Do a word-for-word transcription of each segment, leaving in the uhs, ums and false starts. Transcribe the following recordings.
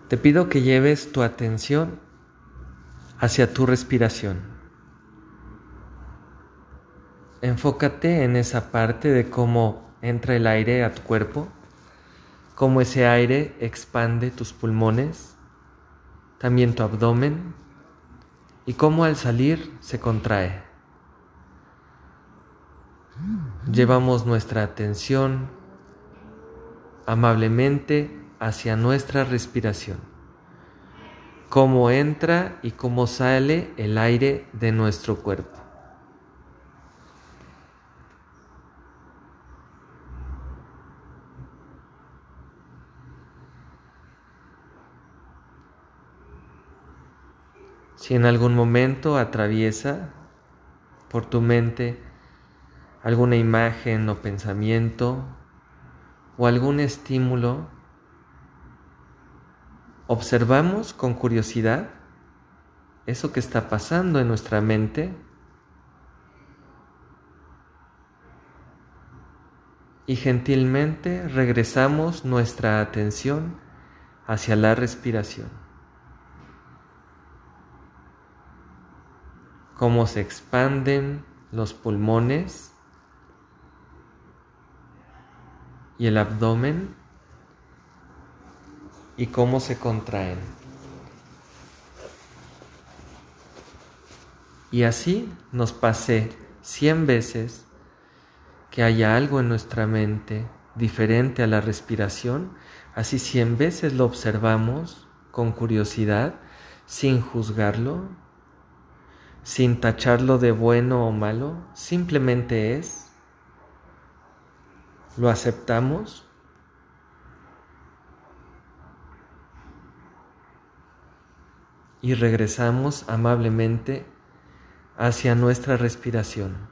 Te pido que lleves tu atención hacia tu respiración. Enfócate en esa parte de cómo entra el aire a tu cuerpo, cómo ese aire expande tus pulmones, también tu abdomen, y cómo al salir se contrae. Llevamos nuestra atención amablemente hacia nuestra respiración, cómo entra y cómo sale el aire de nuestro cuerpo. Si en algún momento atraviesa por tu mente alguna imagen o pensamiento o algún estímulo, observamos con curiosidad eso que está pasando en nuestra mente y gentilmente regresamos nuestra atención hacia la respiración. Cómo se expanden los pulmones y el abdomen y cómo se contraen. Y así nos pase cien veces que haya algo en nuestra mente diferente a la respiración, así cien veces lo observamos con curiosidad, sin juzgarlo, sin tacharlo de bueno o malo, simplemente es, lo aceptamos y regresamos amablemente hacia nuestra respiración.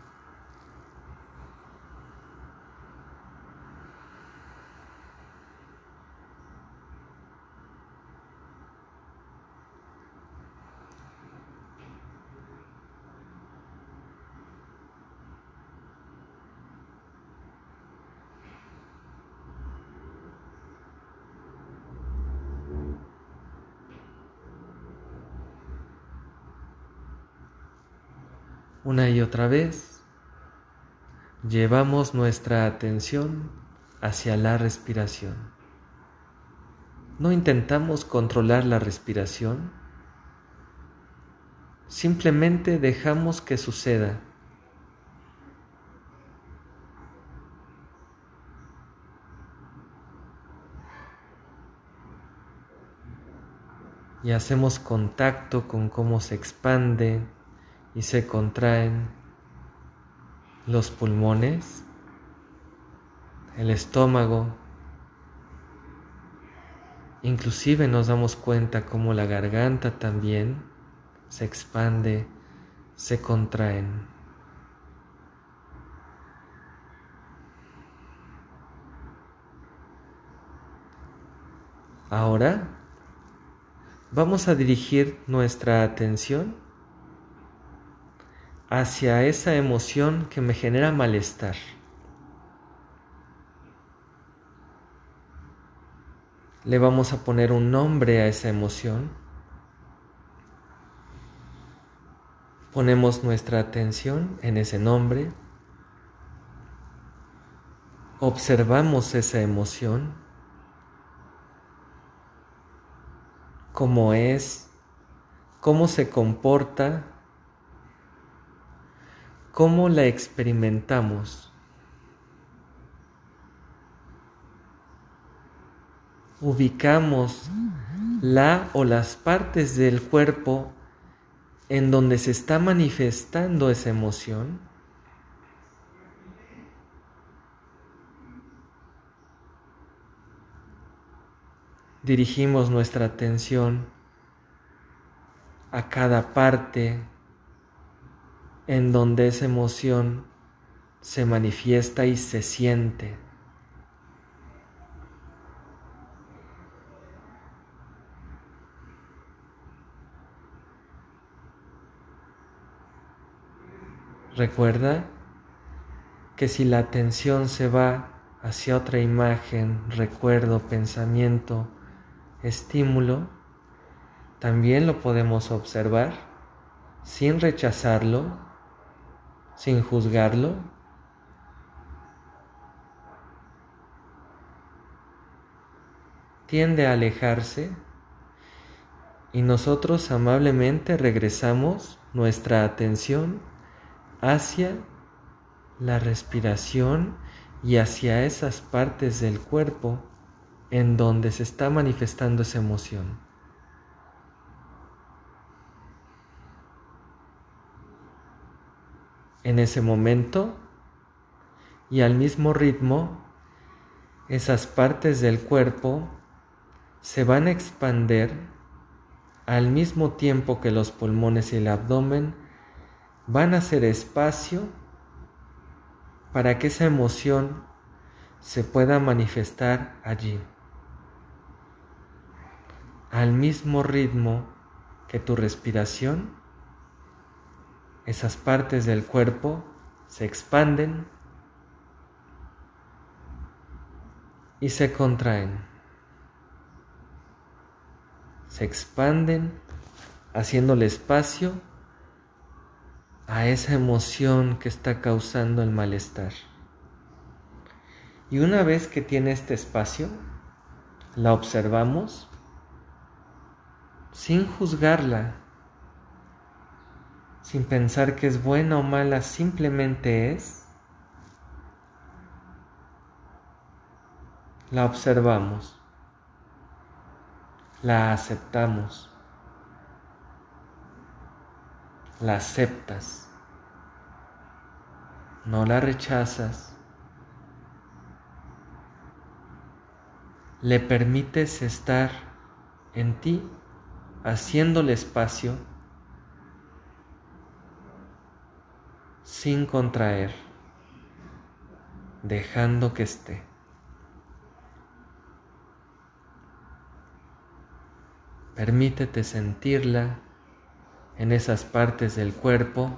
Una y otra vez, llevamos nuestra atención hacia la respiración. No intentamos controlar la respiración, simplemente dejamos que suceda. Y hacemos contacto con cómo se expande y se contraen los pulmones, el estómago. Inclusive nos damos cuenta cómo la garganta también se expande, se contraen. Ahora vamos a dirigir nuestra atención hacia esa emoción que me genera malestar. Le vamos a poner un nombre a esa emoción. Ponemos nuestra atención en ese nombre. Observamos esa emoción, cómo es, cómo se comporta, cómo la experimentamos. Ubicamos la o las partes del cuerpo en donde se está manifestando esa emoción. Dirigimos nuestra atención a cada parte en donde esa emoción se manifiesta y se siente. Recuerda que si la atención se va hacia otra imagen, recuerdo, pensamiento, estímulo, también lo podemos observar sin rechazarlo, sin juzgarlo. Tiende a alejarse y nosotros amablemente regresamos nuestra atención hacia la respiración y hacia esas partes del cuerpo en donde se está manifestando esa emoción. En ese momento y al mismo ritmo, esas partes del cuerpo se van a expander al mismo tiempo que los pulmones y el abdomen van a hacer espacio para que esa emoción se pueda manifestar allí. Al mismo ritmo que tu respiración, esas partes del cuerpo se expanden y se contraen. Se expanden haciéndole espacio a esa emoción que está causando el malestar. Y una vez que tiene este espacio, la observamos sin juzgarla, sin pensar que es buena o mala, simplemente es. La observamos, la aceptamos, la aceptas, no la rechazas, le permites estar en ti, haciéndole espacio, sin contraer, dejando que esté. Permítete sentirla en esas partes del cuerpo,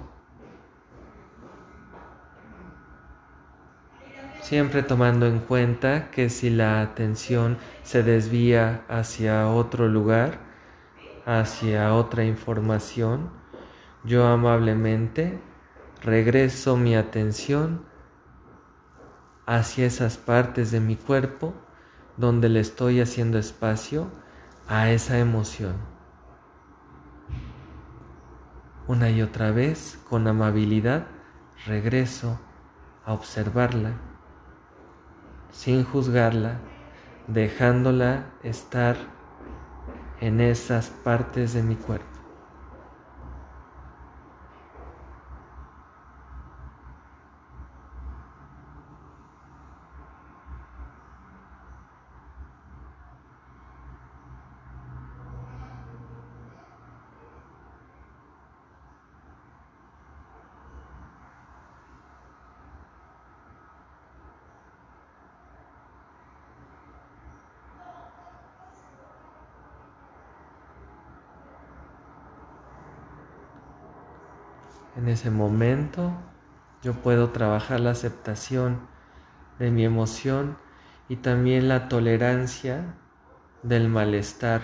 siempre tomando en cuenta que si la atención se desvía hacia otro lugar, hacia otra información, yo amablemente regreso mi atención hacia esas partes de mi cuerpo donde le estoy haciendo espacio a esa emoción. Una y otra vez, con amabilidad, regreso a observarla, sin juzgarla, dejándola estar en esas partes de mi cuerpo. En ese momento yo puedo trabajar la aceptación de mi emoción y también la tolerancia del malestar,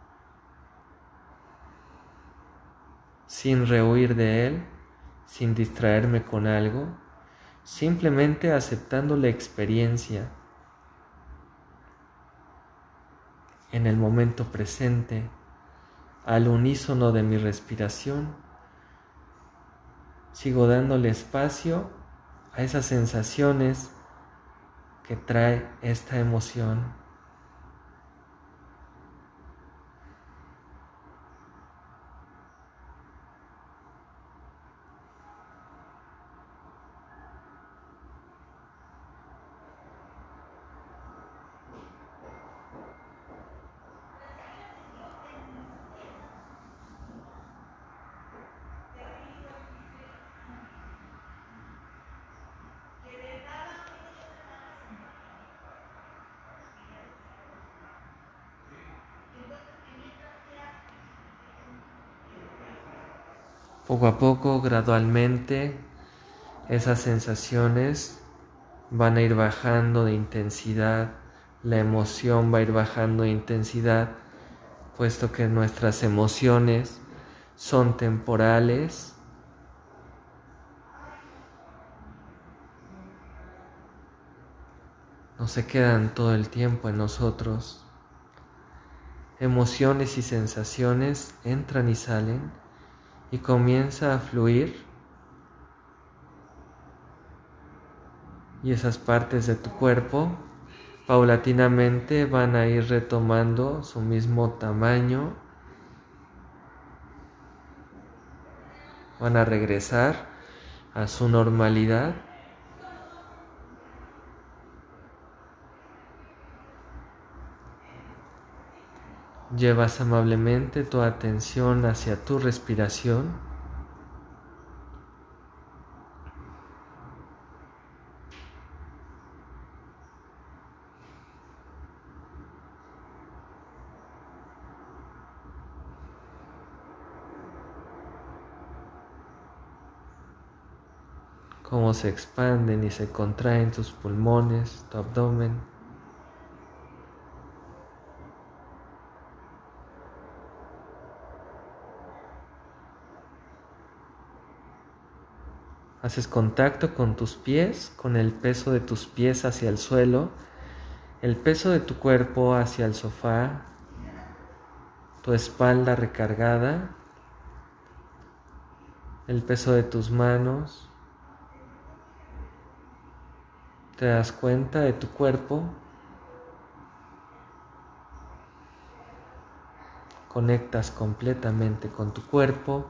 sin rehuir de él, sin distraerme con algo, simplemente aceptando la experiencia en el momento presente, al unísono de mi respiración. Sigo dándole espacio a esas sensaciones que trae esta emoción. Poco a poco, gradualmente, esas sensaciones van a ir bajando de intensidad, la emoción va a ir bajando de intensidad puesto que nuestras emociones son temporales, no se quedan todo el tiempo en nosotros. Emociones y sensaciones entran y salen y comienza a fluir, y esas partes de tu cuerpo paulatinamente van a ir retomando su mismo tamaño, van a regresar a su normalidad. Llevas amablemente tu atención hacia tu respiración. Cómo se expanden y se contraen tus pulmones, tu abdomen. Haces contacto con tus pies, con el peso de tus pies hacia el suelo, el peso de tu cuerpo hacia el sofá, tu espalda recargada, el peso de tus manos. Te das cuenta de tu cuerpo, conectas completamente con tu cuerpo.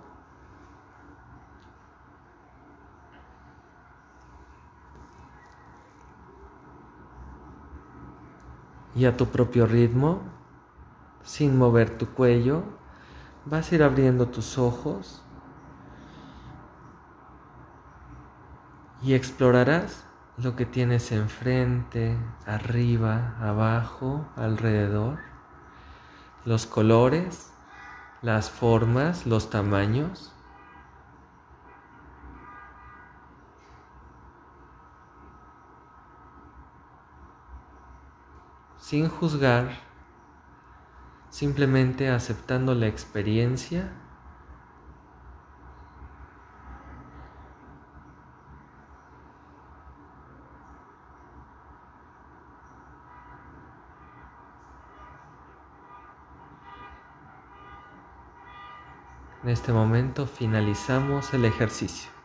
Y a tu propio ritmo, sin mover tu cuello, vas a ir abriendo tus ojos y explorarás lo que tienes enfrente, arriba, abajo, alrededor, los colores, las formas, los tamaños. Sin juzgar, simplemente aceptando la experiencia. En este momento finalizamos el ejercicio.